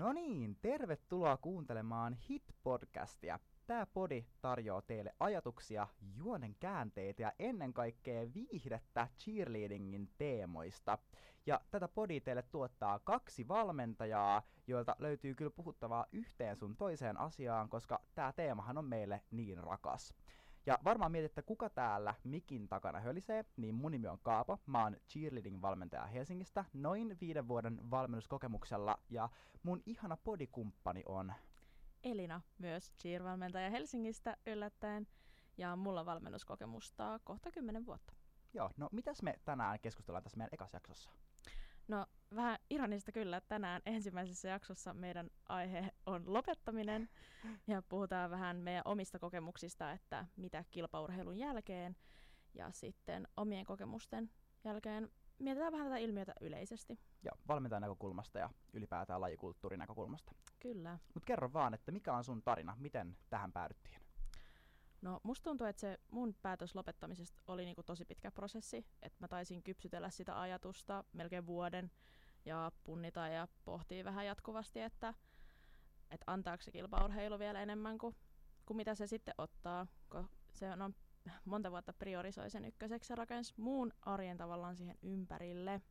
No niin, tervetuloa kuuntelemaan Hit-podcastia. Tämä podi tarjoaa teille ajatuksia, juonen käänteitä ja ennen kaikkea viihdettä cheerleadingin teemoista. Ja tätä podia teille tuottaa 2 valmentajaa, joilta löytyy kyllä puhuttavaa yhteen sun toiseen asiaan, koska tämä teemahan on meille niin rakas. Ja varmaan mietitte, kuka täällä mikin takana hölisee, niin mun nimi on Kaapo. Mä oon cheerleading-valmentaja Helsingistä noin 5 vuoden valmennuskokemuksella ja mun ihana podikumppani on Elina, myös cheer-valmentaja Helsingistä yllättäen, ja mulla on valmennuskokemusta kohta 10 vuotta. Joo, no mitäs me tänään keskustellaan tässä meidän ekassa jaksossa? No vähän ironista kyllä, että tänään ensimmäisessä jaksossa meidän aihe on lopettaminen, ja puhutaan vähän meidän omista kokemuksista, että mitä kilpaurheilun jälkeen, ja sitten omien kokemusten jälkeen mietitään vähän tätä ilmiötä yleisesti. Joo, valmentajan näkökulmasta ja ylipäätään lajikulttuurin näkökulmasta. Kyllä. Mut kerro vaan, että mikä on sun tarina, miten tähän päädyttiin? No musta tuntuu, että se mun päätös lopettamisesta oli niinku tosi pitkä prosessi, että mä taisin kypsytellä sitä ajatusta melkein vuoden ja punnita ja pohtia vähän jatkuvasti, että antaako se kilpaurheilu vielä enemmän kuin mitä se sitten ottaa, kun se on monta vuotta priorisoi sen ykköseksi ja rakensi muun arjen tavallaan siihen ympärille.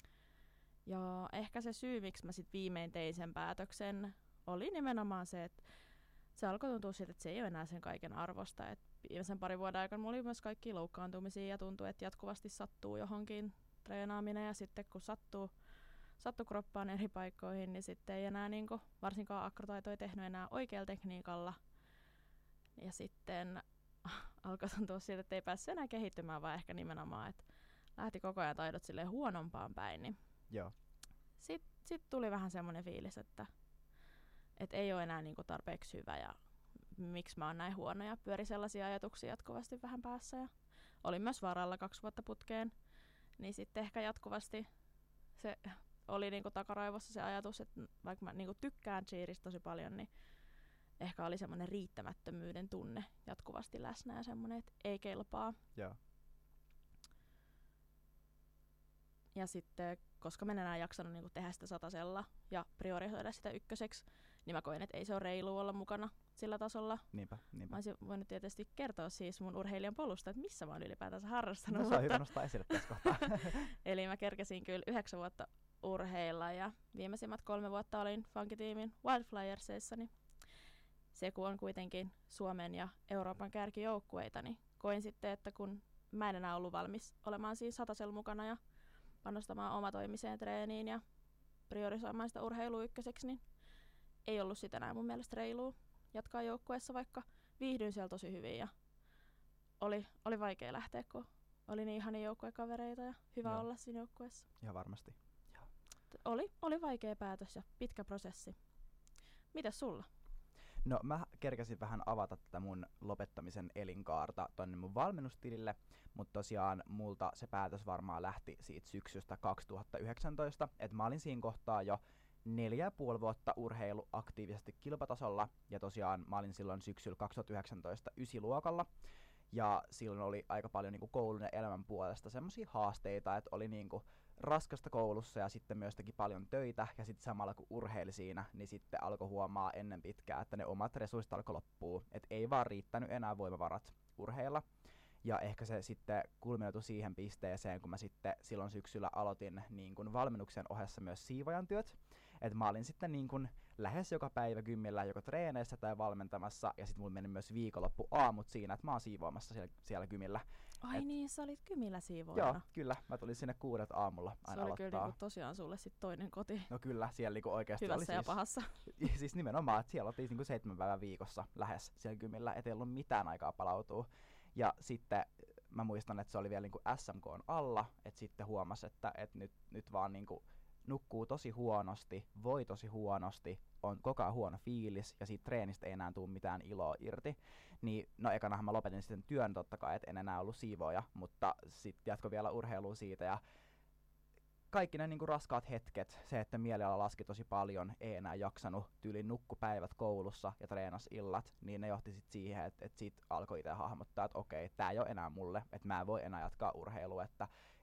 Ja ehkä se syy, miksi mä sitten viimein tein sen päätöksen, oli nimenomaan se, että se alkoi tuntua siitä, että se ei ole enää sen kaiken arvosta. Et viimeisen 2 vuoden aikana mulla oli myös kaikkia loukkaantumisia ja tuntui, että jatkuvasti sattuu johonkin treenaaminen. Ja sitten kun sattuu kroppaan eri paikkoihin, niin sitten ei enää varsinkaan akrotaitoja tehnyt enää oikealla tekniikalla. Ja sitten alkoi tuntua siitä, että ei päässyt enää kehittymään, vaan ehkä nimenomaan, että lähti koko ajan taidot silleen huonompaan päin. Niin Joo. Sitten tuli vähän semmoinen fiilis, että ei ole enää tarpeeksi hyvä ja miksi mä oon näin huono ja pyöri sellaisia ajatuksia jatkuvasti vähän päässä. Ja olin myös varalla 2 vuotta putkeen, niin sitten ehkä jatkuvasti se oli takaraivossa se ajatus, että vaikka mä tykkään cheeristä tosi paljon, niin ehkä oli semmoinen riittämättömyyden tunne jatkuvasti läsnä ja semmoinen, että ei kelpaa. Joo. Ja sitten, koska mä en enää jaksanut tehdä sitä satasella ja priorisoida sitä ykköseksi, niin mä koin, että ei se ole reilu olla mukana sillä tasolla. Niinpä. Mä olisin voinut tietysti kertoa siis mun urheilijan polusta, että missä mä oon ylipäätänsä harrastanut. No se on hyvä nostaa esille tässä kohtaa. Eli mä kerkesin kyllä 9 vuotta urheilla ja viimeisimmät 3 vuotta olin funkitiimin Wildflyersissa, niin se kun on kuitenkin Suomen ja Euroopan kärkijoukkueita, niin koin sitten, että kun mä en enää ollut valmis olemaan siinä satasella mukana ja panostamaan omatoimiseen treeniin ja priorisoimaan sitä urheilua ykköseksi, niin ei ollut sitä enää mun mielestä reilua jatkaa joukkueessa, vaikka viihdyin siellä tosi hyvin ja oli vaikea lähteä, kun oli niin ihania joukkuekavereita ja hyvä Joo. olla siinä joukkueessa. Ihan varmasti. Joo. Oli vaikea päätös ja pitkä prosessi. Mitäs sulla? No mä kerkäsin vähän avata tätä mun lopettamisen elinkaarta tonne mun valmennustilille, mutta tosiaan multa se päätös varmaan lähti siitä syksystä 2019, että mä olin siinä kohtaa jo 4,5 vuotta urheilu aktiivisesti kilpatasolla, ja tosiaan mä olin silloin syksyllä 2019 9-luokalla, ja silloin oli aika paljon koulun ja elämän puolesta semmosia haasteita, että oli raskasta koulussa ja sitten myös teki paljon töitä, ja sitten samalla kun urheili siinä, niin sitten alkoi huomaa ennen pitkää, että ne omat resurssit alkoi loppua, että ei vaan riittänyt enää voimavarat urheilla. Ja ehkä se sitten kulminoitui siihen pisteeseen, kun mä sitten silloin syksyllä aloitin valmennuksen ohessa myös siivojan työt. Että mä olin sitten lähes joka päivä gymmillä joko treeneissä tai valmentamassa, ja sitten mulla meni myös viikonloppu aamut siinä, että mä oon siivoamassa siellä gymillä. Ai niin, sä olit gymillä siivoajana. Joo, kyllä. Mä tulin sinne 6 aamulla aina aloittaa. Se oli kyllä tosiaan sulle sitten toinen koti. No kyllä, siellä oikeasti hyvässä oli ja pahassa. Siis nimenomaan, että siellä oltiin 7 päivää viikossa lähes siellä gymillä, ettei ollut mitään aikaa palautua. Ja sitten mä muistan, että se oli vielä SMK:n alla, että sitten huomasi, että nyt vaan nukkuu tosi huonosti, voi tosi huonosti, on koko ajan huono fiilis ja siitä treenistä ei enää tule mitään iloa irti. Niin, no ekanahan mä lopetin sitten työn totta kai, että en enää ollut siivooja, mutta sitten jatkoi vielä urheilua siitä ja kaikki ne raskaat hetket, se, että mieliala laski tosi paljon, ei enää jaksanut, tyyliin nukkupäivät koulussa ja treenas illat, niin ne johti sitten siihen, että siitä alkoi itse hahmottaa, että okei, tää ei ole enää mulle, että mä en voi enää jatkaa urheilua, että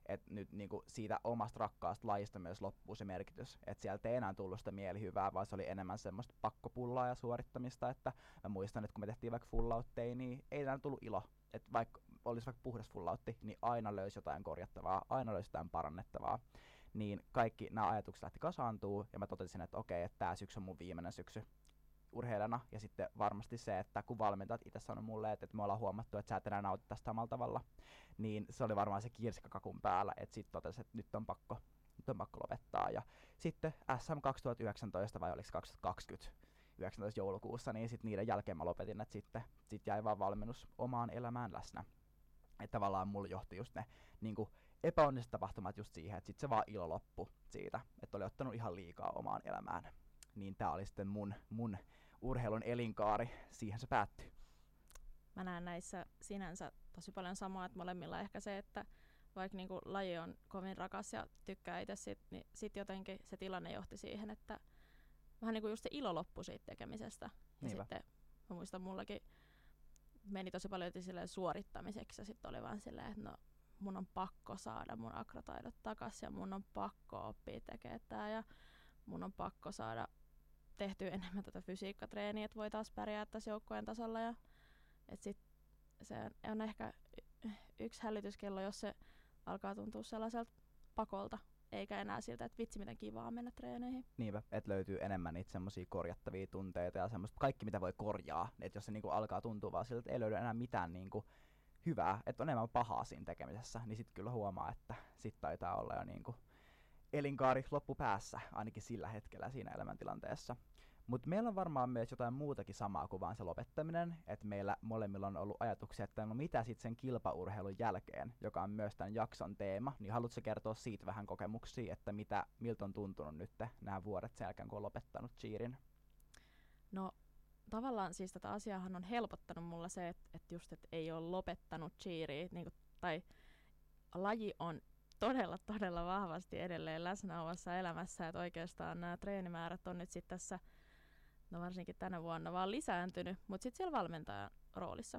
että nyt niinku siitä omasta rakkaasta lajista myös loppuu se merkitys, että sieltä ei enää tullut sitä mielihyvää, vaan se oli enemmän semmoista pakkopullaa ja suorittamista, että mä muistan, että kun me tehtiin vaikka fullautteja, niin ei enää tullut ilo, että vaikka olisi vaikka puhdas fullautti, niin aina löysi jotain korjattavaa, aina löysi jotain parannettavaa, niin kaikki nämä ajatukset lähti kasaantuu, ja mä totesin, että okei, että tää syksy on mun viimeinen syksy urheilijana, ja sitten varmasti se, että kun valmentajat itse sanoi mulle, että me ollaan huomattu, että sä et enää nauti tästä samalla tavalla, niin se oli varmaan se kirsikkakakun päällä, että sitten totesin, että nyt on pakko lopettaa. Ja sitten SM 2019 vai oliko 2020, 19 joulukuussa, niin sitten niiden jälkeen mä lopetin, että sitten jäi vaan valmennus omaan elämään läsnä. Että tavallaan mulla johti just ne niinku epäonniset tapahtumat just siihen, että sitten se vaan ilo loppu siitä, että oli ottanut ihan liikaa omaan elämään. Niin tää oli sitten mun urheilun elinkaari, siihen se päättyi. Mä näen näissä sinänsä tosi paljon samaa, että molemmilla ehkä se, että vaikka niinku laji on kovin rakas ja tykkää itse niin sit jotenkin se tilanne johti siihen, että vähän niinku just se ilo loppui siitä tekemisestä. Ja sitten mä muistan mullakin meni tosi paljon silleen suorittamiseksi ja sitten oli vaan silleen, että no mun on pakko saada mun akrotaidot takaisin ja mun on pakko oppia tekemään tää ja mun on pakko saada tehtyä enemmän tätä fysiikkatreeniä, että voi taas pärjää tässä joukkueen tasolla. Ja, et sit se on ehkä yksi hälytyskello, jos se alkaa tuntua sellaiselta pakolta, eikä enää siltä, että vitsi miten kivaa mennä treeneihin. Niinpä, että löytyy enemmän niitä semmosia korjattavia tunteita ja semmoista kaikki mitä voi korjaa. Että jos se niinku alkaa tuntua vaan siltä, että ei löydy enää mitään niinku hyvää, että on enemmän pahaa siinä tekemisessä, niin sit kyllä huomaa, että sit taitaa olla jo niinku elinkaari loppupäässä, ainakin sillä hetkellä siinä elämäntilanteessa. Mutta meillä on varmaan myös jotain muutakin samaa kuin vaan se lopettaminen, että meillä molemmilla on ollut ajatuksia, että no mitä sitten sen kilpaurheilun jälkeen, joka on myös tämän jakson teema, niin haluatko kertoa siitä vähän kokemuksia, että miltä on tuntunut nyt nämä vuodet sen jälkeen, kun on lopettanut cheerin? No tavallaan siis tätä asiaahan on helpottanut mulla se, että just et ei ole lopettanut cheeria, niinku, tai laji on todella vahvasti edelleen läsnä omassa elämässä, että oikeastaan nämä treenimäärät on nyt sitten tässä, no varsinkin tänä vuonna vaan lisääntynyt, mutta sitten siellä valmentajan roolissa.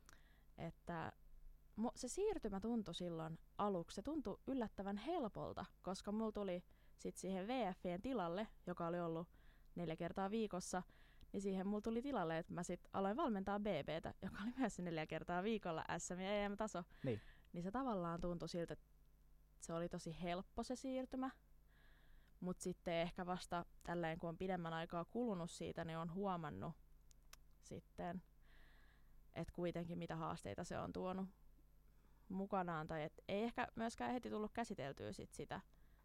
Että se siirtymä tuntui silloin aluksi, se tuntui yllättävän helpolta, koska mulla tuli sitten siihen VF:n tilalle, joka oli ollut 4 kertaa viikossa, niin siihen mulla tuli tilalle, että mä sitten aloin valmentaa BB:tä, joka oli myös 4 kertaa viikolla SM- ja EM-taso. Niin se tavallaan tuntui siltä, että se oli tosi helppo se siirtymä, mutta sitten ehkä vasta tälleen, kun on pidemmän aikaa kulunut siitä, niin on huomannut sitten, että kuitenkin mitä haasteita se on tuonut mukanaan, tai et ei ehkä myöskään heti tullut käsiteltyä sitä.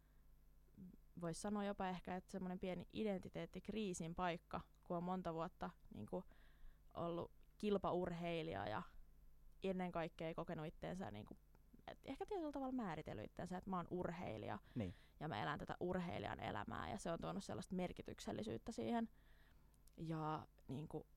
Voisi sanoa jopa ehkä, että semmoinen pieni identiteettikriisin paikka, kun on monta vuotta niin kuin ollut kilpaurheilija ja ennen kaikkea kokenut itteensä niin kuin ehkä tietyllä tavalla määritellyt itseänsä, että mä oon urheilija ja mä elän tätä urheilijan elämää ja se on tuonut sellaista merkityksellisyyttä siihen ja niinku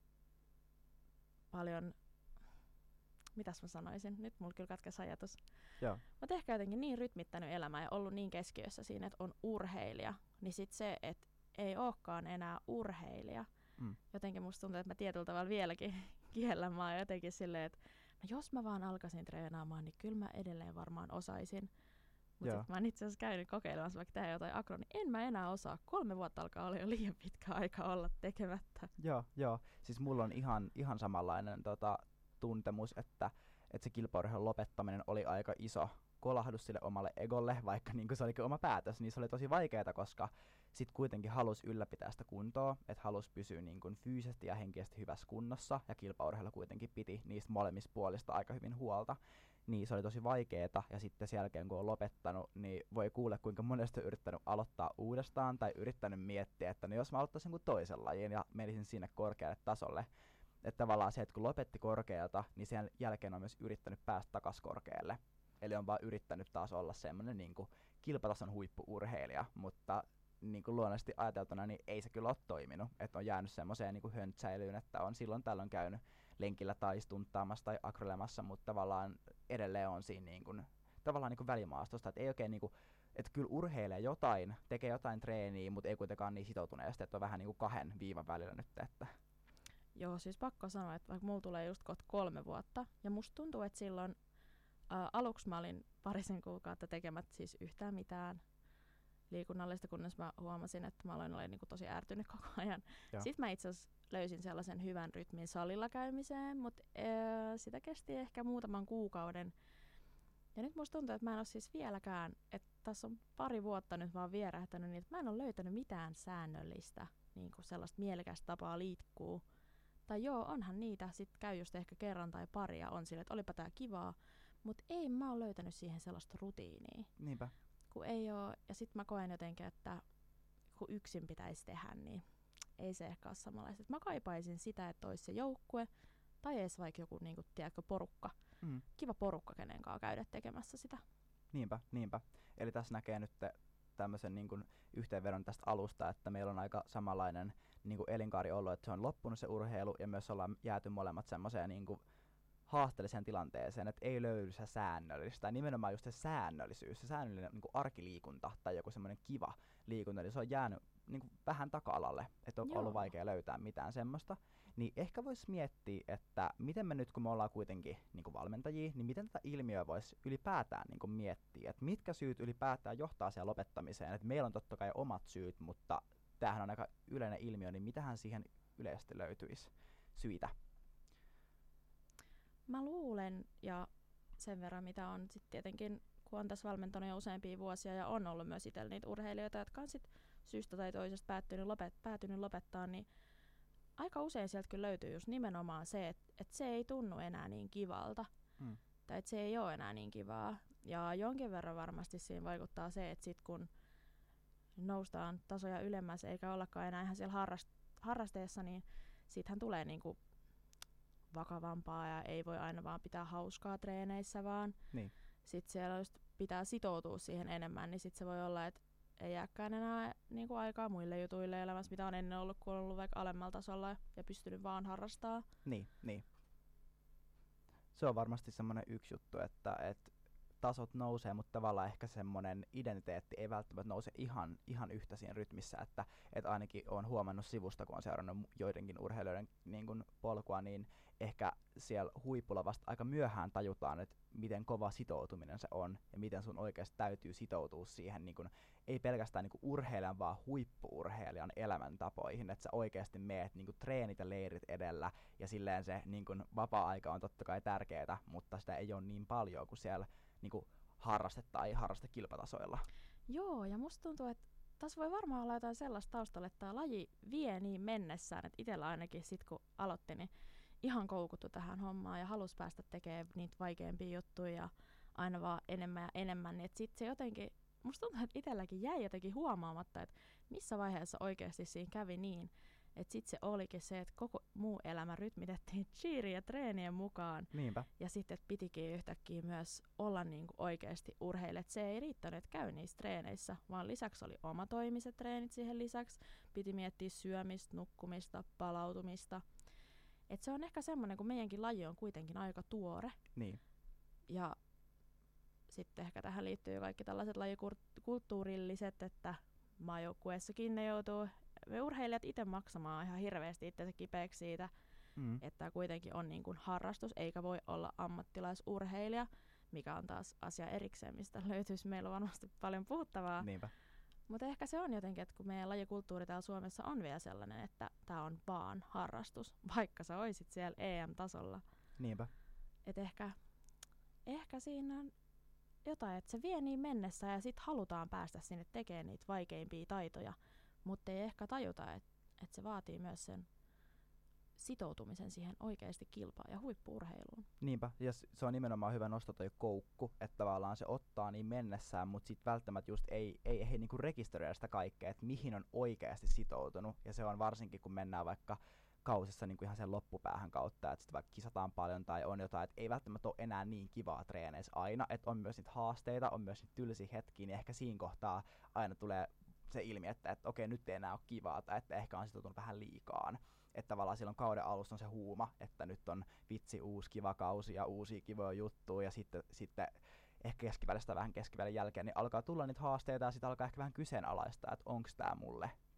paljon, mitäs mä sanoisin, nyt mulla kyllä katkesi ajatus. Mutta ehkä jotenkin niin rytmittänyt elämää ja ollut niin keskiössä siinä, että on urheilija, niin sit se, että ei olekaan enää urheilija. Jotenkin musta tuntuu, että mä tietyllä tavalla vieläkin kiellän, mä oon jotenkin silleen, että no jos mä vaan alkaisin treenaamaan, niin kyllä mä edelleen varmaan osaisin. Mutta mä oon itse asiassa käynyt kokeilemassa vaikka tehdä jotain akro, niin en mä enää osaa. 3 vuotta alkaa olla jo liian pitkä aika olla tekemättä. Joo. Siis mulla on ihan samanlainen tuntemus, että se kilpaurheilun lopettaminen oli aika iso kolahdus sille omalle egolle, vaikka niin se olikin oma päätös, niin se oli tosi vaikeaa, koska sit kuitenkin halusi ylläpitää sitä kuntoa, että halusi pysyä niin kuin fyysisesti ja henkisesti hyvässä kunnossa, ja kilpaurheilu kuitenkin piti niistä molemmista puolista aika hyvin huolta, niin se oli tosi vaikeeta, ja sitten sen jälkeen kun on lopettanut, niin voi kuulla kuinka monesti on yrittänyt aloittaa uudestaan, tai yrittänyt miettiä, että no jos mä aloittaisin kuin toisen lajin ja menisin sinne korkealle tasolle, että tavallaan se, että kun lopetti korkealta, niin sen jälkeen on myös yrittänyt päästä takaisin korkealle. Eli on vaan yrittänyt taas olla semmoinen niin kuin kilpatason huippu-urheilija, mutta niin kuin luonnollisesti ajateltuna niin ei se kyllä ole toiminut. Että on jäänyt semmoiseen niin kuin höntsäilyyn, että on silloin tällöin käynyt lenkillä tai stunttaamassa tai akrolemassa, mutta tavallaan edelleen on siinä niin kuin, tavallaan niin kuin välimaastosta, että ei oikein niin kuin, että kyllä urheilee jotain, tekee jotain treeniä, mutta ei kuitenkaan niin sitoutuneesti, että on vähän niin kuin 2 viivan välillä nyt. Että. Joo, siis pakko sanoa, että vaikka mulla tulee just kohta 3 vuotta, ja musta tuntuu, että silloin Aluksi mä olin parisen kuukautta tekemät siis yhtään mitään liikunnallista, kunnes mä huomasin, että mä aloin olla niinku tosi ärtynyt koko ajan. Joo. Sitten mä itse asiassa löysin sellaisen hyvän rytmin salilla käymiseen, mutta sitä kesti ehkä muutaman kuukauden. Ja nyt musta tuntuu, että mä en ole siis vieläkään, että tässä on pari vuotta nyt vaan vierähtänyt, niin että mä en ole löytänyt mitään säännöllistä, niin kuin sellaista mielekästä tapaa liikkuu. Tai joo, onhan niitä, sit käy just ehkä kerran tai pari ja on sille, että olipa tää kivaa, mutta ei mä oon löytänyt siihen sellaista rutiinia. Niinpä. Kun ei oo, ja sit mä koen jotenkin, että kun yksin pitäisi tehdä, niin ei se ehkä ole samanlaista. Mä kaipaisin sitä, että olisi se joukkue, tai edes vaikka joku, niin kuin, tiedätkö, porukka. Kiva porukka, kenen kanssa käydä tekemässä sitä. Niinpä. Eli tässä näkee nyt tämmöisen niin kuin yhteenvedon tästä alusta, että meillä on aika samanlainen niin kuin elinkaari ollut, että se on loppunut se urheilu, ja myös ollaan jääty molemmat semmoiseen niin kuin haasteelliseen tilanteeseen, että ei löydy se säännöllistä. Ja nimenomaan just se säännöllisyys, se säännöllinen niin kuin arkiliikunta tai joku semmoinen kiva liikunta, niin se on jäänyt niin kuin vähän taka-alalle, että on ollut vaikea löytää mitään semmoista. Niin ehkä voisi miettiä, että miten me nyt, kun me ollaan kuitenkin niin kuin valmentajia, niin miten tätä ilmiöä voisi ylipäätään niin kuin miettiä, että mitkä syyt ylipäätään johtaa siihen lopettamiseen. Että meillä on totta kai omat syyt, mutta tämähän on aika yleinen ilmiö, niin mitähän siihen yleisesti löytyisi syitä? Mä luulen, ja sen verran mitä on sitten tietenkin, kun on tässä valmentanut jo useampia vuosia ja on ollut myös itsellä niitä urheilijoita, jotka on sitten syystä tai toisesta päätynyt lopettaa, niin aika usein sieltä kyllä löytyy just nimenomaan se, että se ei tunnu enää niin kivalta. Tai että se ei ole enää niin kivaa. Ja jonkin verran varmasti siinä vaikuttaa se, että sit kun noustaan tasoja ylemmäs eikä ollakaan enää ihan siellä harrasteessa, niin siitähän tulee niinku vakavampaa ja ei voi aina vaan pitää hauskaa treeneissä, vaan sitten siellä just pitää sitoutua siihen enemmän, niin sitten se voi olla, että ei jääkään enää niinku aikaa muille jutuille elämässä, mitä on ennen ollut, kun on ollut vaikka alemmalla tasolla ja pystynyt vaan harrastaa. Niin. Se on varmasti semmoinen yksi juttu, että tasot nousee, mutta tavallaan ehkä semmoinen identiteetti ei välttämättä nouse ihan yhtä siinä rytmissä, että ainakin olen huomannut sivusta, kun on seurannut joidenkin urheilijoiden niin kun polkua, niin ehkä siellä huipulla vasta aika myöhään tajutaan, että miten kova sitoutuminen se on ja miten sun oikeasti täytyy sitoutua siihen, niin kun, ei pelkästään niin kun urheilijan, vaan huippu-urheilijan elämäntapoihin, että sä oikeasti meet niin kun treenit ja leirit edellä ja silleen se niin kun vapaa-aika on totta kai tärkeää, mutta sitä ei ole niin paljon kuin siellä niinku harraste- tai harrastekilpatasoilla. Joo, ja musta tuntuu, että tässä voi varmaan olla jotain sellaista taustalla, että tämä laji vie niin mennessään, että itsellä ainakin sit kun aloitti, niin ihan koukuttu tähän hommaan ja halusi päästä tekemään niitä vaikeampia juttuja ja aina vaan enemmän ja enemmän, niin sit se jotenkin, musta tuntuu, että itselläkin jäi jotenkin huomaamatta, että missä vaiheessa oikeasti siinä kävi niin, että sitten se olikin se, että koko muu elämä rytmitettiin cheerin ja treenien mukaan. Niinpä. Ja sitten pitikin yhtäkkiä myös olla niinku oikeasti urheilija. Se ei riittänyt, että käy niissä treeneissä, vaan lisäksi oli omatoimiset treenit siihen lisäksi. Piti miettiä syömistä, nukkumista, palautumista. Et se on ehkä semmoinen, kun meidänkin laji on kuitenkin aika tuore. Niin. Ja sitten ehkä tähän liittyy jo kaikki tällaiset lajikulttuurilliset, että maajoukkueessakin ne joutuu me urheilijat itse maksamaan ihan hirveästi itsensä kipeäksi siitä, että kuitenkin on niin kuin harrastus, eikä voi olla ammattilaisurheilija, mikä on taas asia erikseen, mistä löytyisi meillä varmasti paljon puhuttavaa. Niinpä. Mutta ehkä se on jotenkin, että kun meidän lajikulttuuri täällä Suomessa on vielä sellainen, että tämä on vaan harrastus, vaikka sä oisit siellä EM-tasolla. Niinpä. Et ehkä siinä on jotain, että se vie niin mennessä ja sit halutaan päästä sinne tekemään niitä vaikeimpia taitoja, mutta ei ehkä tajuta, että se vaatii myös sen sitoutumisen siihen oikeasti kilpaan ja huippu-urheiluun. Niinpä, ja se on nimenomaan hyvä nosto toi koukku, että tavallaan se ottaa niin mennessään, mutta sitten välttämättä just ei niinku rekisteröidä sitä kaikkea, että mihin on oikeasti sitoutunut, ja se on varsinkin, kun mennään vaikka kausissa niinku ihan sen loppupäähän kautta, että sitten vaikka kisataan paljon tai on jotain, että ei välttämättä ole enää niin kivaa treeneissä aina, että on myös niitä haasteita, on myös niitä tylsiä hetkiä, niin ehkä siinä kohtaa aina tulee se ilmi, että okei, nyt ei enää ole kivaa, tai että ehkä on sitoutunut vähän liikaan. Että tavallaan silloin kauden alussa on se huuma, että nyt on vitsi uusi kiva kausi ja uusia kivoja juttuja, ja sitten ehkä keskivälistä vähän keskivälin jälkeen, niin alkaa tulla niitä haasteita, ja sitten alkaa ehkä vähän kyseenalaistaa, että onko tämä mulle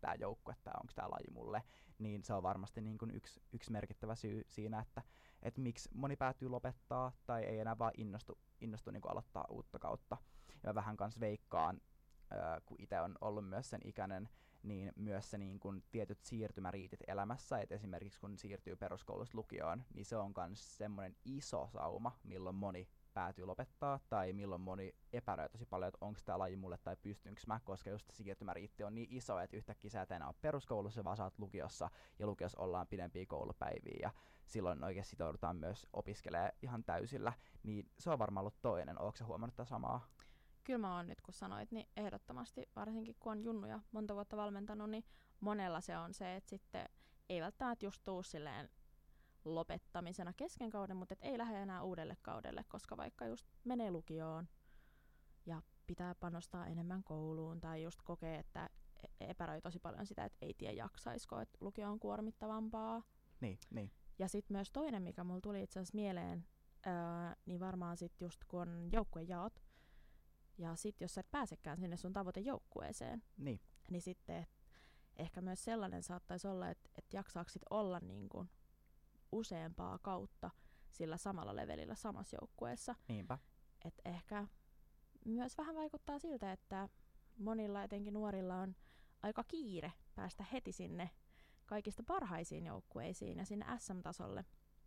tää joukkue tai onko tää laji mulle, niin se on varmasti niin kuin yksi merkittävä syy siinä, että miksi moni päätyy lopettaa tai ei enää vaan innostu niin kuin aloittaa uutta kautta. Ja mä vähän kans veikkaan, kun itse on ollut myös sen ikäinen, niin myös se niin kun tietyt siirtymäriitit elämässä, että esimerkiksi kun siirtyy peruskoulusta lukioon, niin se on myös semmoinen iso sauma, milloin moni päätyy lopettaa, tai milloin moni epäröi tosi paljon, että onko tämä laji mulle tai pystynkö mä, koska just se siirtymäriitti on niin iso, että yhtäkkiä sä et enää ole peruskoulussa, vaan sä oot lukiossa, ja lukiossa ollaan pidempiä koulupäiviä, ja silloin oikein sitoudutaan myös opiskelemaan ihan täysillä, niin se on varmaan ollut toinen. Ootko sä huomannut tätä samaa? Kyllä mä oon nyt, kun sanoit, niin ehdottomasti, varsinkin kun on junnuja monta vuotta valmentanut, niin monella se on se, että sitten ei välttämättä just tuu silleen lopettamisena kesken kauden, mutta et ei lähde enää uudelle kaudelle, koska vaikka just menee lukioon ja pitää panostaa enemmän kouluun tai just kokee, että epäröi tosi paljon sitä, että ei tiedä jaksaisiko, että lukio on kuormittavampaa. Niin. Ja sitten myös toinen, mikä mulla tuli itse asiassa mieleen, niin varmaan sitten just kun on joukkuejaot, ja sitten jos sä et pääsekään sinne sun tavoitejoukkueeseen, niin sitten ehkä myös sellainen saattaisi olla, että jaksaako sit olla niin kuin useampaa kautta sillä samalla levelillä samassa joukkueessa. Niinpä. Et ehkä myös vähän vaikuttaa siltä, että monilla etenkin nuorilla on aika kiire päästä heti sinne kaikista parhaisiin joukkueisiin ja sinne SM-tasolle.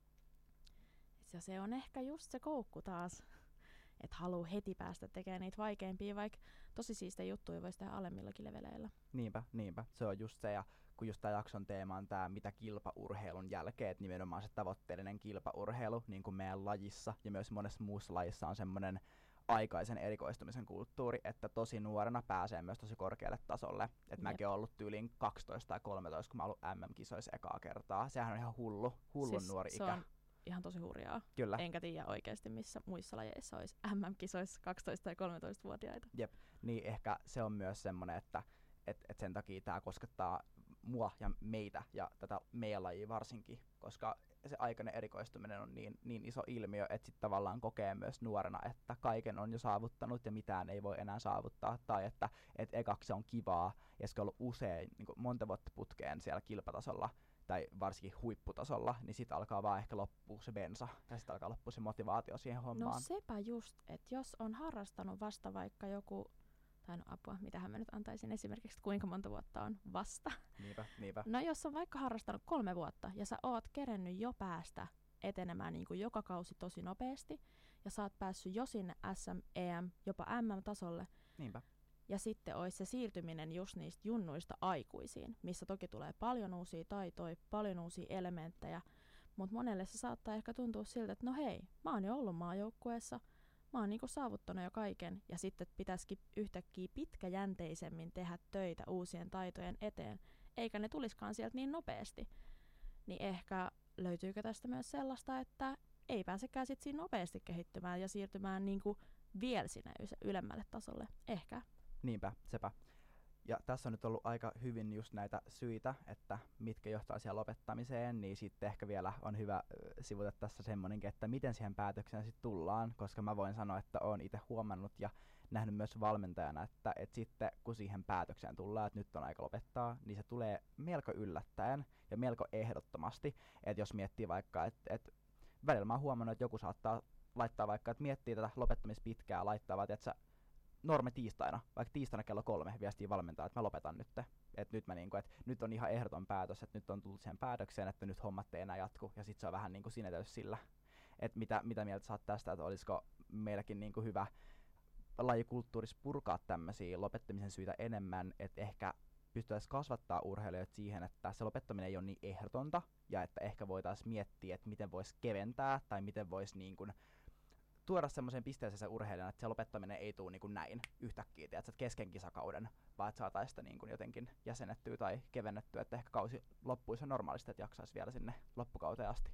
Ja se on ehkä just se koukku taas, että haluaa heti päästä tekemään niitä vaikeimpia, vaikka tosi siistejä juttuja voisi tehdä alemmillakin leveleillä. Niinpä. Se on just se, ja kun just tää jakson teema on tää mitä kilpaurheilun jälkeen, että nimenomaan se tavoitteellinen kilpaurheilu, niin kuin meidän lajissa ja myös monessa muussa lajissa on semmoinen aikaisen erikoistumisen kulttuuri, että tosi nuorena pääsee myös tosi korkealle tasolle. Et mäkin oon ollut tyyliin 12 tai 13, kun mä oon ollut MM-kisoissa ekaa kertaa. Sehän on ihan hullun siis nuori ikä. Se on ihan tosi hurjaa. Kyllä. Enkä tiedä oikeasti, missä muissa lajeissa olisi MM-kisoissa 12- tai 13-vuotiaita. Jep, niin ehkä se on myös semmoinen, että sen takia tämä koskettaa mua ja meitä ja tätä meidän lajia varsinkin, koska se aikainen erikoistuminen on niin iso ilmiö, että sitten tavallaan kokee myös nuorena, että kaiken on jo saavuttanut ja mitään ei voi enää saavuttaa, tai että ekaksi se on kivaa, ja se on ollut usein niin monta vuotta putkeen siellä kilpatasolla, tai varsinkin huipputasolla, niin sitten alkaa vaan ehkä loppua se bensa, ja sitten alkaa loppua se motivaatio siihen hommaan. No sepä just, että jos on harrastanut vasta vaikka joku, tai no apua, mitähän mä nyt antaisin esimerkiksi, kuinka monta vuotta on vasta. Niinpä. No jos on vaikka harrastanut 3 vuotta, ja sä oot kerennyt jo päästä etenemään niin kuin joka kausi tosi nopeasti, ja sä oot päässyt jo sinne SM, EM, jopa MM-tasolle, Niinpä. ja sitten olisi se siirtyminen just niistä junnuista aikuisiin, missä toki tulee paljon uusia taitoja, paljon uusia elementtejä, mutta monelle se saattaa ehkä tuntua siltä, että no hei, mä oon jo ollut maajoukkueessa, mä oon niinku saavuttanut jo kaiken, ja sitten pitäisikin yhtäkkiä pitkäjänteisemmin tehdä töitä uusien taitojen eteen, eikä ne tuliskaan sieltä niin nopeasti. Niin ehkä löytyykö tästä myös sellaista, että ei pääsekään sit siinä nopeasti kehittymään ja siirtymään niinku vielä sinne ylemmälle tasolle. Ehkä. Niinpä, sepä. Ja tässä on nyt ollut aika hyvin just näitä syitä, että mitkä johtaa siihen lopettamiseen, niin sitten ehkä vielä on hyvä sivuta tässä semmoinenkin, että miten siihen päätökseen sitten tullaan, koska mä voin sanoa, että oon itse huomannut ja nähnyt myös valmentajana, että sitten kun siihen päätökseen tullaan, että nyt on aika lopettaa, niin se tulee melko yllättäen ja melko ehdottomasti, että jos miettii vaikka, että välillä mä oon huomannut, että joku saattaa laittaa vaikka, että miettii tätä lopettamista pitkään, laittaa vaan, että normi tiistaina, vaikka tiistaina kello 3 viestii valmentaa, että mä lopetan nyt. Että nyt, nyt on ihan ehdoton päätös, että nyt on tullut siihen päätökseen, että nyt hommat ei enää jatku. Ja sit se on vähän niin kuin sinetöys sillä. Että mitä mieltä sä oot tästä, että olisiko meilläkin niin kuin hyvä lajikulttuurissa purkaa tämmöisiä lopettamisen syitä enemmän, että ehkä pystyttäisiin kasvattaa urheilijoita siihen, että se lopettaminen ei ole niin ehdotonta, ja että ehkä voitaisiin miettiä, että miten voisi keventää, tai miten voisi niin kuin tuoda semmoiseen pisteeseen se urheilijana, että se lopettaminen ei tule niin näin yhtäkkiä, että kesken kisakauden, vaan että saataisiin sitä niin jotenkin jäsennettyä tai kevennettyä, että ehkä kausi loppuisi normaalisti, että jaksaisi vielä sinne loppukauteen asti.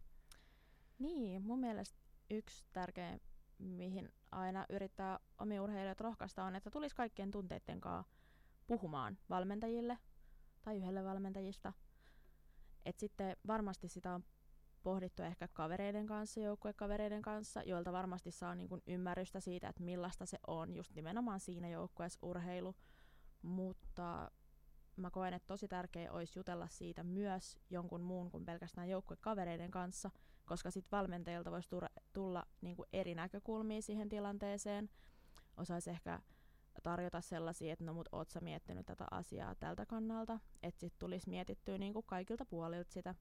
Niin, mun mielestä yksi tärkeä, mihin aina yrittää omia urheilijoita rohkaista, on, että tulisi kaikkien tunteiden kanssa puhumaan valmentajille tai yhdelle valmentajista. Et sitten varmasti sitä on pohdittu ehkä kavereiden kanssa, joukkuekavereiden kanssa, joilta varmasti saa niin kuin ymmärrystä siitä, että millaista se on just nimenomaan siinä joukkueessa urheilu. Mutta mä koen, että tosi tärkeää olisi jutella siitä myös jonkun muun kuin pelkästään joukkuekavereiden kanssa, koska sit valmentajilta voisi tulla niinku eri näkökulmia siihen tilanteeseen. Osaisi ehkä tarjota sellaisia, että no mut oot sä miettinyt tätä asiaa tältä kannalta, että sit tulisi mietittyä niinku kaikilta puolilta sitä.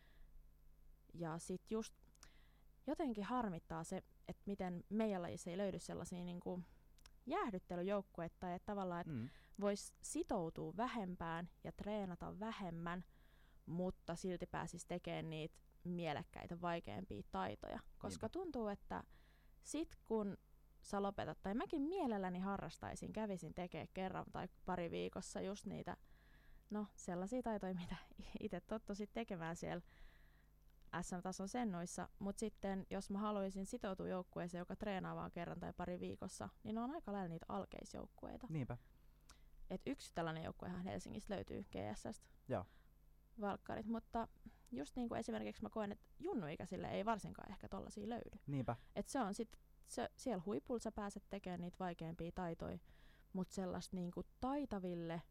Ja sit just jotenkin harmittaa se, että miten meidän lajissa ei löydy sellaisia niinku jäähdyttelyjoukkueita, tai että tavallaan, että voisi sitoutua vähempään ja treenata vähemmän, mutta silti pääsisi tekemään niitä mielekkäitä, vaikeampia taitoja. Koska tuntuu, että sit kun sä lopetat, tai mäkin mielelläni harrastaisin, kävisin tekemään kerran tai pari viikossa just niitä, no sellaisia taitoja, mitä itse tottuisit tekemään siellä SM-tason sennoissa, mutta sitten jos mä haluaisin sitoutua joukkueeseen, joka treenaa vaan kerran tai pari viikossa, niin ne on aika lailla niitä alkeisjoukkueita. Niinpä. Et yksi tällainen joukkuehan Helsingistä löytyy GS:stä. Joo. Valkkarit, mutta just niin kuin esimerkiksi mä koen, että junnuikäisille ei varsinkaan ehkä tollaisia löydy. Niinpä. Et se on sit, siellä huipulla sä pääset tekemään niitä vaikeampia taitoja, mutta sellaista niinku taitaville,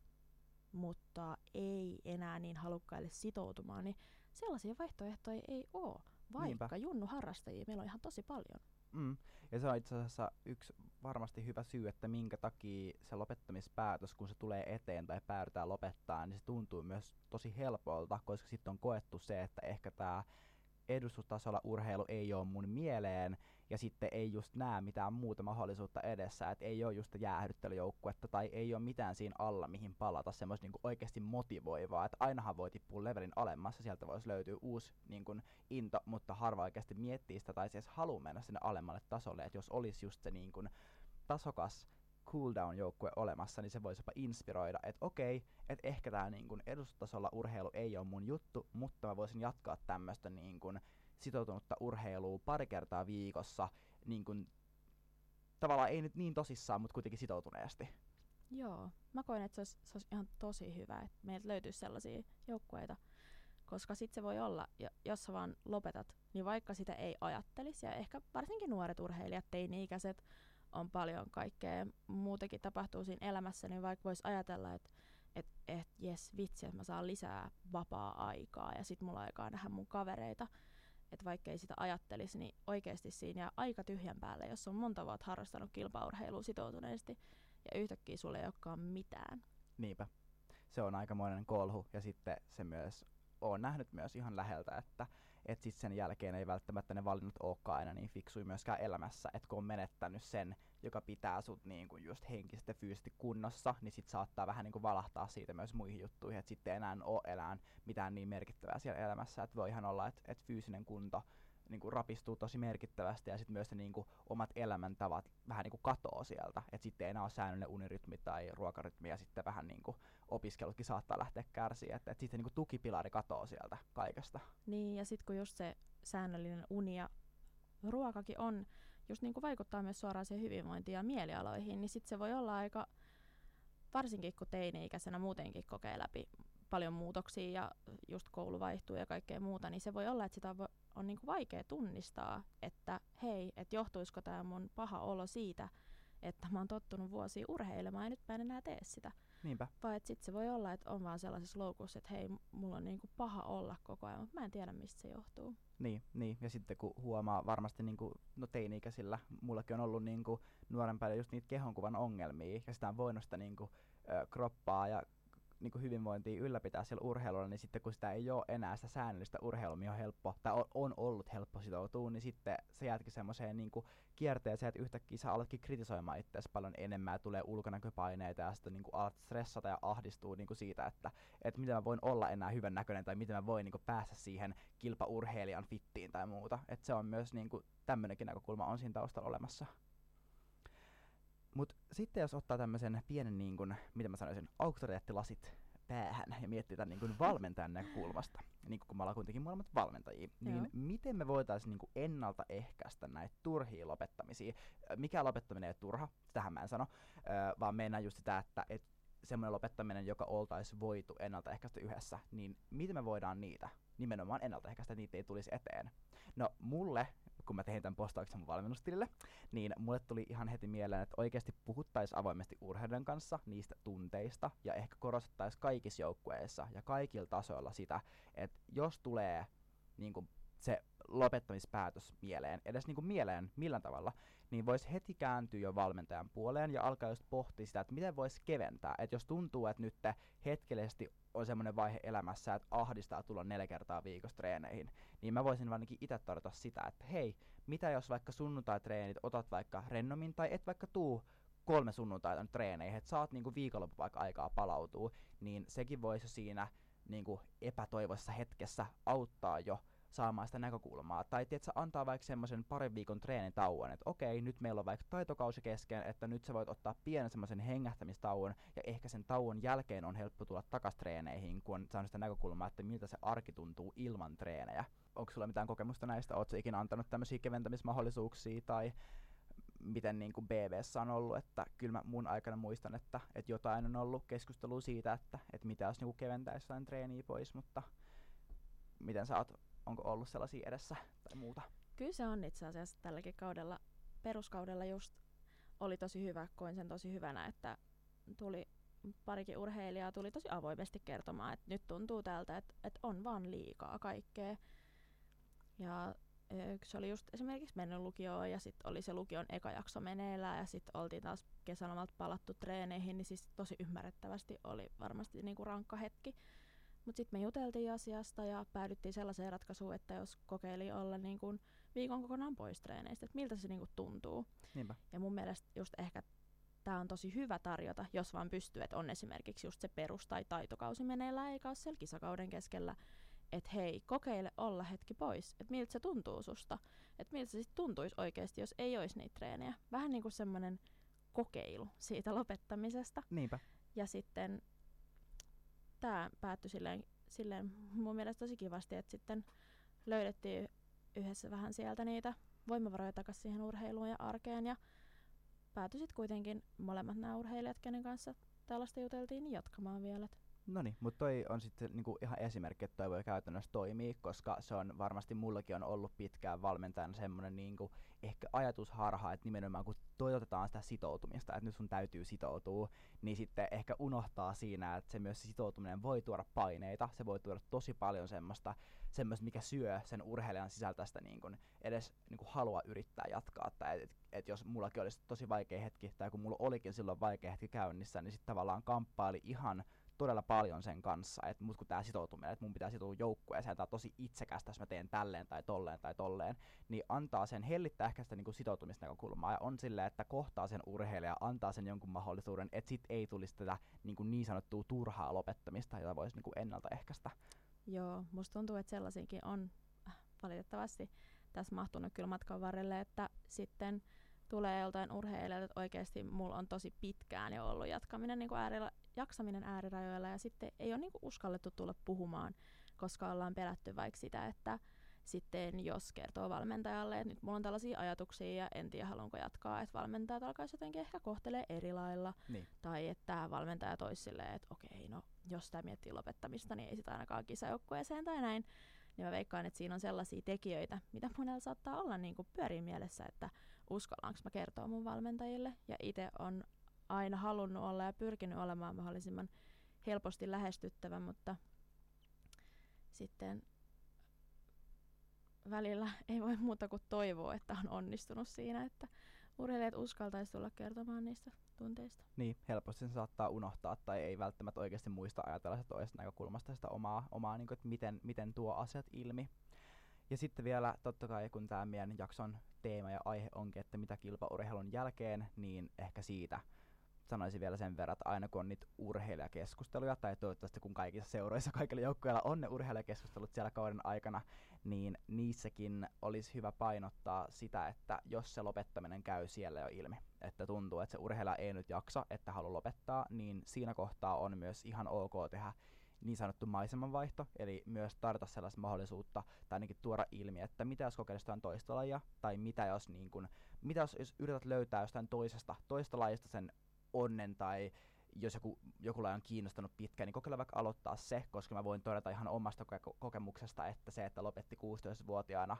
mutta ei enää niin halukkaille sitoutumaan, niin sellaisia vaihtoehtoja ei ole, vaikka junnuharrastajia meillä on ihan tosi paljon. Ja se on itse asiassa yksi varmasti hyvä syy, että minkä takia se lopettamispäätös, kun se tulee eteen tai päädytään lopettaa, niin se tuntuu myös tosi helpolta, koska sitten on koettu se, että ehkä tämä edustustasolla urheilu ei ole mun mieleen, ja sitten ei just näe mitään muuta mahdollisuutta edessä, että ei ole just jäähdyttelyjoukkuetta tai ei ole mitään siinä alla, mihin palata, semmoista niinku oikeasti motivoivaa, että ainahan voi tippua levelin alemmassa, sieltä voisi löytyä uusi niinku into, mutta harva oikeasti miettii sitä tai edes halua mennä sinne alemmalle tasolle, että jos olisi just se niinku tasokas cooldown-joukkue olemassa, niin se voisi jopa inspiroida, että okei, että ehkä tämä niinku edustustasolla urheilu ei ole mun juttu, mutta mä voisin jatkaa tämmöistä niinku sitoutunutta urheilua pari kertaa viikossa, niinku, tavallaan ei nyt niin tosissaan, mutta kuitenkin sitoutuneesti. Joo, mä koen, että se olisi ihan tosi hyvä, että meiltä löytyisi sellaisia joukkueita, koska sit se voi olla, jos sä vaan lopetat, niin vaikka sitä ei ajattelisi, ja ehkä varsinkin nuoret urheilijat, teini-ikäiset, on paljon kaikkea muutakin tapahtuu siinä elämässä, niin vaikka voisi ajatella, että jes vitsi, että mä saan lisää vapaa-aikaa ja sit mulla on aikaa nähdä mun kavereita, että vaikka ei sitä ajattelisi, niin oikeasti siinä jää aika tyhjän päälle, jos on monta vuotta harrastanut kilpaurheilua sitoutuneesti ja yhtäkkiä sulle ei olekaan mitään. Niinpä. Se on aikamoinen kolhu ja sitten se myös on nähnyt myös ihan läheltä, että sit sen jälkeen ei välttämättä ne valinnat olekaan aina niin fiksui myöskään elämässä, että kun on menettänyt sen, joka pitää sut niinku just henkisesti ja fyysisesti kunnossa, niin sit saattaa vähän niinku valahtaa siitä myös muihin juttuihin, että sitten ei enää ole elää mitään niin merkittävää siellä elämässä, että voi ihan olla, että fyysinen kunto niinku rapistuu tosi merkittävästi ja sitten myös ne niinku omat elämäntavat vähän niinku katoo sieltä, että sitten ei enää ole säännöllinen unirytmi tai ruokarytmi ja sitten vähän niinku opiskelutkin saattaa lähteä kärsiä, että sitten niinku tukipilari katoo sieltä kaikesta. Niin ja sitten kun just se säännöllinen uni ja ruokakin on, just niinku vaikuttaa myös suoraan siihen hyvinvointiin ja mielialoihin, niin sitten se voi olla aika, varsinkin kun teini-ikäisenä muutenkin kokee läpi paljon muutoksia ja just koulu vaihtuu ja kaikkea muuta, niin se voi olla, että sitä on niinku vaikea tunnistaa, että hei, että johtuisiko tämä mun paha olo siitä, että mä oon tottunut vuosia urheilemaan ja nyt mä en enää tee sitä. Niinpä. Vai että sit se voi olla, että on vaan sellaisessa loukussa, että hei, mulla on niinku paha olla koko ajan, mutta mä en tiedä mistä se johtuu. Niin. Ja sitten kun huomaa varmasti niinku, no teini-ikäisillä, mullakin on ollut niinku nuorempana just niitä kehonkuvan ongelmia ja sitä on voinut sitä niinku, kroppaa ja niinku hyvinvointia ylläpitää siellä urheilulla, niin sitten kun sitä ei ole enää sitä säännöllistä urheilua, mihin on helppo, tai on ollut helppo sitoutua, niin sitten se jäätkin semmoiseen niinku kierteeseen, että yhtäkkiä sä alatkin kritisoimaan itseäsi paljon enemmän ja tulee ulkonäköpaineita ja sitten niinku alat stressata ja ahdistuu niinku siitä, että miten mä voin olla enää hyvän näköinen tai miten mä voin niinku päästä siihen kilpaurheilijan fittiin tai muuta. Että se on myös niinku tämmönenkin näkökulma on siinä taustalla olemassa. Mut sitten jos ottaa tämmöisen pienen, niin kun, miten mä sanoisin, auktoriteettilasit päähän ja miettii tämän niin kun valmentajan näkökulmasta, niin kun me ollaan kuitenkin molemmat valmentajia, niin miten me voitaisiin niin ennaltaehkäistä näitä turhia lopettamisia? Mikä lopettaminen ei ole turha, sitähän mä en sano, vaan meinaan just sitä, että semmoinen lopettaminen, joka oltaisiin voitu ennaltaehkäistä yhdessä, niin miten me voidaan niitä nimenomaan ennaltaehkäistä, että niitä ei tulisi eteen? No mulle kun mä tein tämän postauksen mun valmennustilille, niin mulle tuli ihan heti mieleen, että oikeasti puhuttaisiin avoimesti urheilijan kanssa niistä tunteista ja ehkä korostettaisiin kaikissa joukkueissa ja kaikilla tasoilla sitä, että jos tulee niinku se lopettamispäätös mieleen, edes niinku mieleen millään tavalla, niin voisi heti kääntyä jo valmentajan puoleen ja alkaa just pohtia sitä, että miten voisi keventää. Että jos tuntuu, että nyt hetkellisesti on semmoinen vaihe elämässä, että ahdistaa tulla 4 kertaa viikossa treeneihin, niin mä voisin ainakin itse todeta sitä, että hei, mitä jos vaikka sunnuntai-treenit otat vaikka rennommin, tai et vaikka tuu 3 sunnuntaita nyt treeneihin, että saat niinku viikonloppu vaikka aikaa palautuu, niin sekin voisi siinä niinku epätoivoisessa hetkessä auttaa jo saamaan sitä näkökulmaa. Tai tiedätkö, antaa vaikka semmoisen parin viikon treenitauon, että okei, nyt meillä on vaikka taitokausi kesken, että nyt sä voit ottaa pienen semmoisen hengähtämistauon, ja ehkä sen tauon jälkeen on helppo tulla takas treeneihin, kun on saanut sitä näkökulmaa, että miltä se arki tuntuu ilman treenejä. Onko sulla mitään kokemusta näistä? Ootko ikinä antanut tämmöisiä keventämismahdollisuuksia, tai miten niin kuin BV:ssä on ollut, että kyllä mä mun aikana muistan, että jotain on ollut keskustelua siitä, että mitä jos niin keventäisi jotain treeniä pois, mutta miten sä oot, onko ollut sellaisia edessä tai muuta? Kyllä se on itse asiassa tälläkin kaudella, peruskaudella just oli tosi hyvä, koin sen tosi hyvänä, että tuli parikin urheilijaa tuli tosi avoimesti kertomaan, että nyt tuntuu tältä, että on vaan liikaa kaikkea. Ja yksi oli just esimerkiksi mennyt lukioon ja sitten oli se lukion eka jakso meneillään ja sitten oltiin taas kesälomalta palattu treeneihin, niin siis tosi ymmärrettävästi oli varmasti niinku rankka hetki. Mutta sitten me juteltiin asiasta ja päädyttiin sellaiseen ratkaisuun, että jos kokeili olla niinku viikon kokonaan pois treeneistä, että miltä se niinku tuntuu. Niinpä. Ja mun mielestä just ehkä tämä on tosi hyvä tarjota, jos vaan pystyy, että on esimerkiksi just se perus- tai taitokausi meneillään eikä ole siellä kisakauden keskellä, että hei, kokeile olla hetki pois, että miltä se tuntuu susta, että miltä se sitten tuntuisi oikeasti, jos ei olisi niitä treenejä. Vähän niin kuin semmoinen kokeilu siitä lopettamisesta. Niinpä. Ja sitten tämä päättyi silleen mun mielestä tosi kivasti, että sitten löydettiin yhdessä vähän sieltä niitä voimavaroja takaisin siihen urheiluun ja arkeen ja päätyi sitten kuitenkin molemmat nämä urheilijat, kenen kanssa tällaista juteltiin, niin jatkamaan vielä. Noniin, mutta toi on sitten niinku ihan esimerkki, että toi voi käytännössä toimia, koska se on varmasti mullakin on ollut pitkään valmentajana semmoinen niinku ehkä ajatusharha, että nimenomaan kun toivotetaan sitä sitoutumista, että nyt sun täytyy sitoutua, niin sitten ehkä unohtaa siinä, että se myös se sitoutuminen voi tuoda paineita, se voi tuoda tosi paljon semmoista mikä syö sen urheilijan sisältä sitä niinku edes niinku halua yrittää jatkaa, tai et jos mullakin olisi tosi vaikea hetki, tai kun mulla olikin silloin vaikea hetki käynnissä, niin sitten tavallaan kamppaili ihan todella paljon sen kanssa, että mut kun tää sitoutuminen, että mun pitää sitoutua joukkueeseen, tää on tosi itsekästä, jos mä teen tälleen tai tolleen, niin antaa sen hellittää ehkä sitä niinku sitoutumisnäkökulmaa ja on silleen, että kohtaa sen urheilija, antaa sen jonkun mahdollisuuden, että sit ei tulisi tätä niin sanottua turhaa lopettamista, jota voisi niinku ennaltaehkäistä. Joo, musta tuntuu, että sellaisiakin on valitettavasti tässä mahtunut kyllä matkan varrelle, että sitten tulee joltain urheilijalta, että oikeasti mulla on tosi pitkään jo ollut jaksaminen äärirajoilla ja sitten ei ole niinku uskallettu tulla puhumaan, koska ollaan pelätty vaikka sitä, että sitten jos kertoo valmentajalle, että nyt mulla on tällaisia ajatuksia ja en tiedä haluanko jatkaa, että valmentajat alkaisi jotenkin ehkä kohtelee eri lailla. Niin. Tai että valmentaja toisi silleen, että okei, no jos sitä miettii lopettamista, niin ei sitä ainakaan kisajoukkueeseen tai näin. Niin mä veikkaan, että siinä on sellaisia tekijöitä, mitä monella saattaa olla niin kuin pyörii mielessä, että uskallanko mä kertoa mun valmentajille. Ja itse on aina halunnut olla ja pyrkinyt olemaan mahdollisimman helposti lähestyttävä, mutta sitten välillä ei voi muuta kuin toivoa, että on onnistunut siinä, että urheilijat uskaltaisi tulla kertomaan niistä tunteista. Niin, helposti sen saattaa unohtaa tai ei välttämättä oikeasti muista ajatella sitä toisesta näkökulmasta sitä omaa niin kuin, että miten tuo asiat ilmi. Ja sitten vielä totta kai, kun tämä meidän jakson teema ja aihe onkin, että mitä kilpaurheilun jälkeen, niin ehkä siitä sanoisin vielä sen verran, että aina kun on niitä urheilijakeskusteluja, tai toivottavasti kun kaikissa seuroissa kaikilla joukkueilla on ne urheilijakeskustelut siellä kauden aikana, niin niissäkin olisi hyvä painottaa sitä, että jos se lopettaminen käy siellä jo ilmi, että tuntuu, että se urheilija ei nyt jaksa, että haluaa lopettaa, niin siinä kohtaa on myös ihan ok tehdä niin sanottu maisemanvaihto, eli myös tarjota sellaista mahdollisuutta, tai ainakin tuoda ilmi, että mitä jos kokeilet jotain toista lajia, tai mitä jos yrität löytää jostain toista lajista sen onnen, tai jos joku laji on kiinnostanut pitkään, niin kokeilla vaikka aloittaa se, koska mä voin todeta ihan omasta kokemuksesta, että se, että lopetti 16-vuotiaana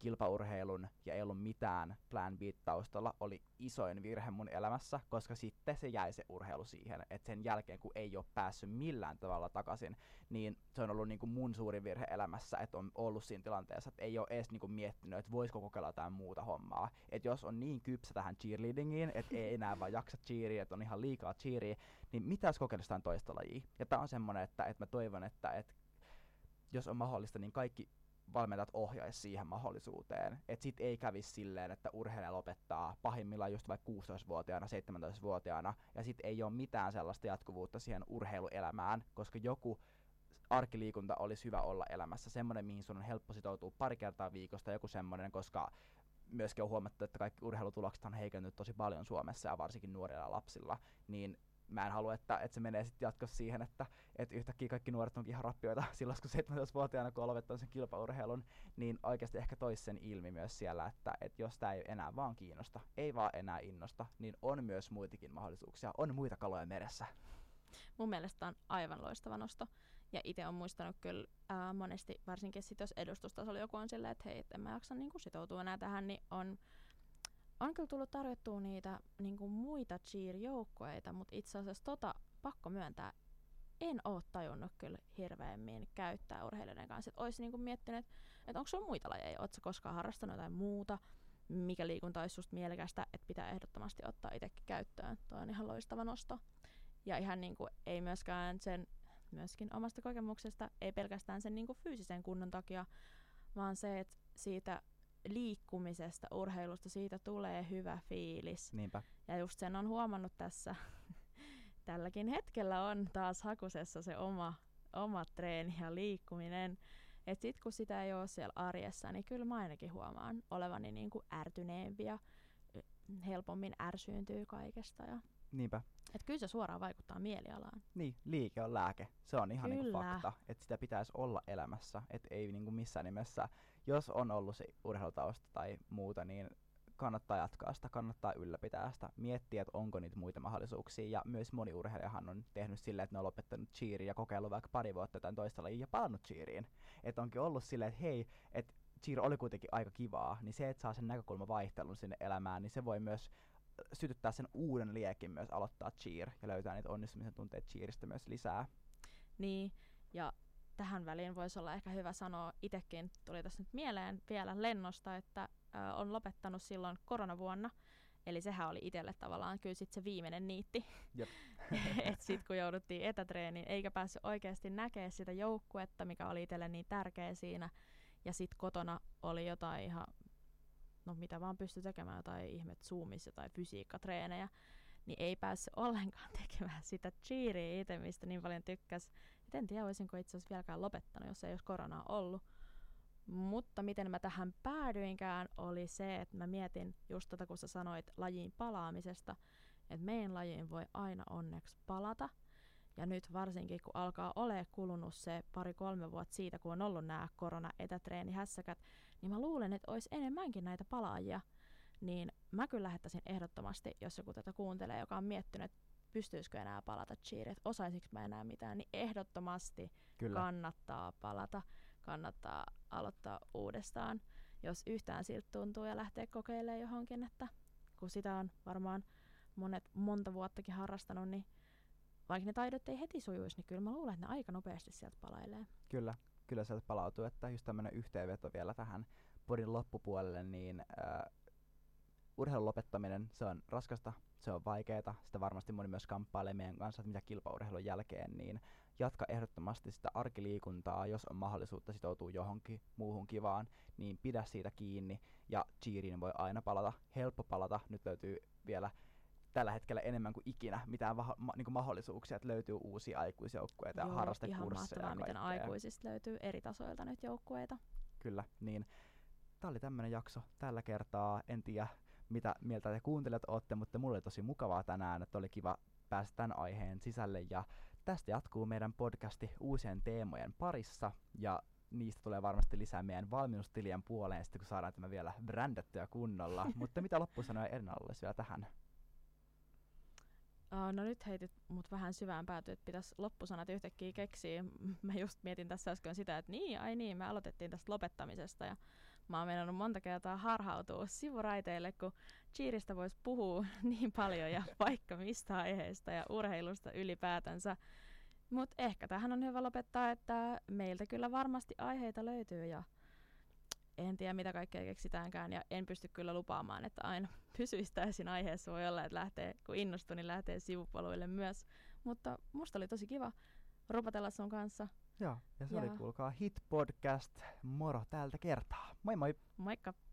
kilpaurheilun ja ei ollut mitään Plan B taustalla, oli isoin virhe mun elämässä, koska sitten se jäi se urheilu siihen, että sen jälkeen kun ei ole päässyt millään tavalla takaisin, niin se on ollut niinku mun suurin virhe elämässä, että on ollut siinä tilanteessa, että ei ole edes niinku miettinyt, että voisiko kokeilla jotain muuta hommaa. Että jos on niin kypsä tähän cheerleadingiin, että ei enää vaan jaksa cheeria, että on ihan liikaa cheeria, niin mitä jos kokeilla jotain toista lajia? Ja tää on semmonen, että mä toivon, että jos on mahdollista, niin kaikki valmentajat ohjaisi siihen mahdollisuuteen. Että sit ei kävisi silleen, että urheilija lopettaa pahimmillaan just vaikka 16-vuotiaana, 17-vuotiaana, ja sit ei ole mitään sellaista jatkuvuutta siihen urheiluelämään, koska joku arkiliikunta olisi hyvä olla elämässä. Semmoinen, mihin sun on helppo sitoutua pari kertaa viikosta, joku semmoinen, koska myöskin on huomattu, että kaikki urheilutulokset on heikentynyt tosi paljon Suomessa ja varsinkin nuorilla lapsilla, niin mä en halua, että se menee sitten jatkossa siihen, että yhtäkkiä kaikki nuoret onkin ihan rappioita silloin, kun 17-vuotiaana, kun on lopettanut sen kilpaurheilun, niin oikeasti ehkä toisi sen ilmi myös siellä, että jos tää ei enää vaan kiinnosta, ei vaan enää innosta, niin on myös muitakin mahdollisuuksia, on muita kaloja meressä. Mun mielestä on aivan loistava nosto. Ja itse on muistanut kyllä monesti, varsinkin sit jos edustustasolla joku on silleen, että hei, et en mä jaksa niinku sitoutua enää tähän, niin on kyllä tullut tarjottua niitä niinku muita cheer-joukkueita, mutta itse asiassa pakko myöntää, en oo tajunnut kyllä hirveämmin käyttää urheilijoiden kanssa. Että ois niinku miettinyt, että onko sulla muita lajeja, ootko koskaan harrastanut jotain muuta, mikä liikunta olisi susta mielekästä, että pitää ehdottomasti ottaa itsekin käyttöön. Tuo on ihan loistava nosto. Ja ihan niinku ei myöskään myöskin omasta kokemuksesta, ei pelkästään sen niinku fyysisen kunnon takia, vaan se, että siitä liikkumisesta, urheilusta, siitä tulee hyvä fiilis. Niinpä. Ja just sen on huomannut tässä, tälläkin hetkellä on taas hakusessa se oma treeni ja liikkuminen. Et sit kun sitä ei ole siellä arjessa, niin kyllä mä ainakin huomaan olevani niinku ärtyneempi ja helpommin ärsyyntyy kaikesta. Niinpä. Et kyllä se suoraan vaikuttaa mielialaan. Niin, liike on lääke. Se on ihan niinku Kyllä. fakta, että sitä pitäisi olla elämässä. Että ei niinku missään nimessä, jos on ollut se urheilutausta tai muuta, niin kannattaa jatkaa sitä, kannattaa ylläpitää sitä, miettiä, että onko niitä muita mahdollisuuksia. Ja myös moni urheilijahan on tehnyt silleen, että ne on lopettanut cheerin ja kokeillut vaikka pari vuotta jotain toista lajia ja palannut cheeriin. Että onkin ollut silleen, että hei, että cheer oli kuitenkin aika kivaa, niin se, että saa sen näkökulman vaihtelun sinne elämään, niin se voi myös sytyttää sen uuden liekin myös aloittaa cheer ja löytää niitä onnistumisen tunteita cheeristä myös lisää. Niin, ja tähän väliin voisi olla ehkä hyvä sanoa, itsekin tuli tässä nyt mieleen vielä lennosta, että on lopettanut silloin koronavuonna, eli sehän oli itselle tavallaan kyllä sit se viimeinen niitti. Et sit kun jouduttiin etätreeniin, eikä päässyt oikeasti näkemään sitä joukkuetta, mikä oli itselle niin tärkeä siinä, ja sit kotona oli jotain ihan, no mitä vaan pystyi tekemään, jotain ihmet Zoomissa tai fysiikkatreenejä, niin ei päässyt ollenkaan tekemään sitä cheeria itse, mistä niin paljon tykkäs. Et en tiedä, olisinko itse asiassa vieläkään lopettanut, jos ei olisi koronaa ollut. Mutta miten mä tähän päädyinkään, oli se, että mä mietin just kun sä sanoit lajiin palaamisesta, että meidän lajiin voi aina onneksi palata. Ja nyt varsinkin, kun alkaa ole kulunut se 2-3 vuotta siitä, kun on ollut nämä korona-etätreenihässäkät, niin mä luulen, että olisi enemmänkin näitä palaajia. Niin mä kyllä lähettäisin ehdottomasti, jos joku tätä kuuntelee, joka on miettinyt, että pystyisikö enää palata cheeriin, että osaisinko mä enää mitään, niin ehdottomasti kyllä. Kannattaa palata, kannattaa aloittaa uudestaan, jos yhtään siltä tuntuu ja lähtee kokeilemaan johonkin, että kun sitä on varmaan monta vuottakin harrastanut, niin vaikka ne taidot ei heti sujuisi, niin kyllä mä luulen, että ne aika nopeasti sieltä palailee. Kyllä sieltä palautuu, että just tämmönen yhteenveto vielä tähän podin loppupuolelle, niin urheilun lopettaminen, se on raskasta, se on vaikeeta, sitä varmasti moni myös kamppailee meidän kanssa, että mitä kilpaurheilun jälkeen, niin jatka ehdottomasti sitä arkiliikuntaa, jos on mahdollisuutta sitoutua johonkin muuhun kivaan, niin pidä siitä kiinni, ja cheeriin voi aina palata, helppo palata, nyt löytyy vielä tällä hetkellä enemmän kuin ikinä mitään niinku mahdollisuuksia, että löytyy uusia aikuisjoukkueita ja harrastekursseja. Ihan mahtavaa, miten aikuisista löytyy eri tasoilta nyt joukkueita. Kyllä, niin tää oli tämmönen jakso tällä kertaa, en tiedä mitä mieltä te kuuntelijat ootte, mutta mulla oli tosi mukavaa tänään, että oli kiva päästä tämän aiheen sisälle ja tästä jatkuu meidän podcasti uusien teemojen parissa ja niistä tulee varmasti lisää meidän valmennustilien puoleen sitten kun saadaan tämä vielä brändättyä kunnolla, mutta mitä loppusanoja Erinalla olisi vielä tähän? No nyt heitit mut vähän syvään päätyyn, että pitäisi loppusanat yhtäkkiä keksiä. Mä just mietin tässä äsken sitä, että me aloitettiin tästä lopettamisesta ja mä oon meinannut monta kertaa harhautua sivuraiteille, kun cheeristä voisi puhua niin paljon ja vaikka mistä aiheesta ja urheilusta ylipäätänsä. Mutta ehkä tähän on hyvä lopettaa, että meiltä kyllä varmasti aiheita löytyy ja en tiedä mitä kaikkea keksitäänkään ja en pysty kyllä lupaamaan, että aina pysyisi täysin aiheessa. Voi olla, että kun innostun, niin lähtee sivupoluille myös. Mutta musta oli tosi kiva rupatella sun kanssa. Joo, ja se oli kuulkaa Hit Podcast. Moro tältä kertaa. Moi moi! Moikka!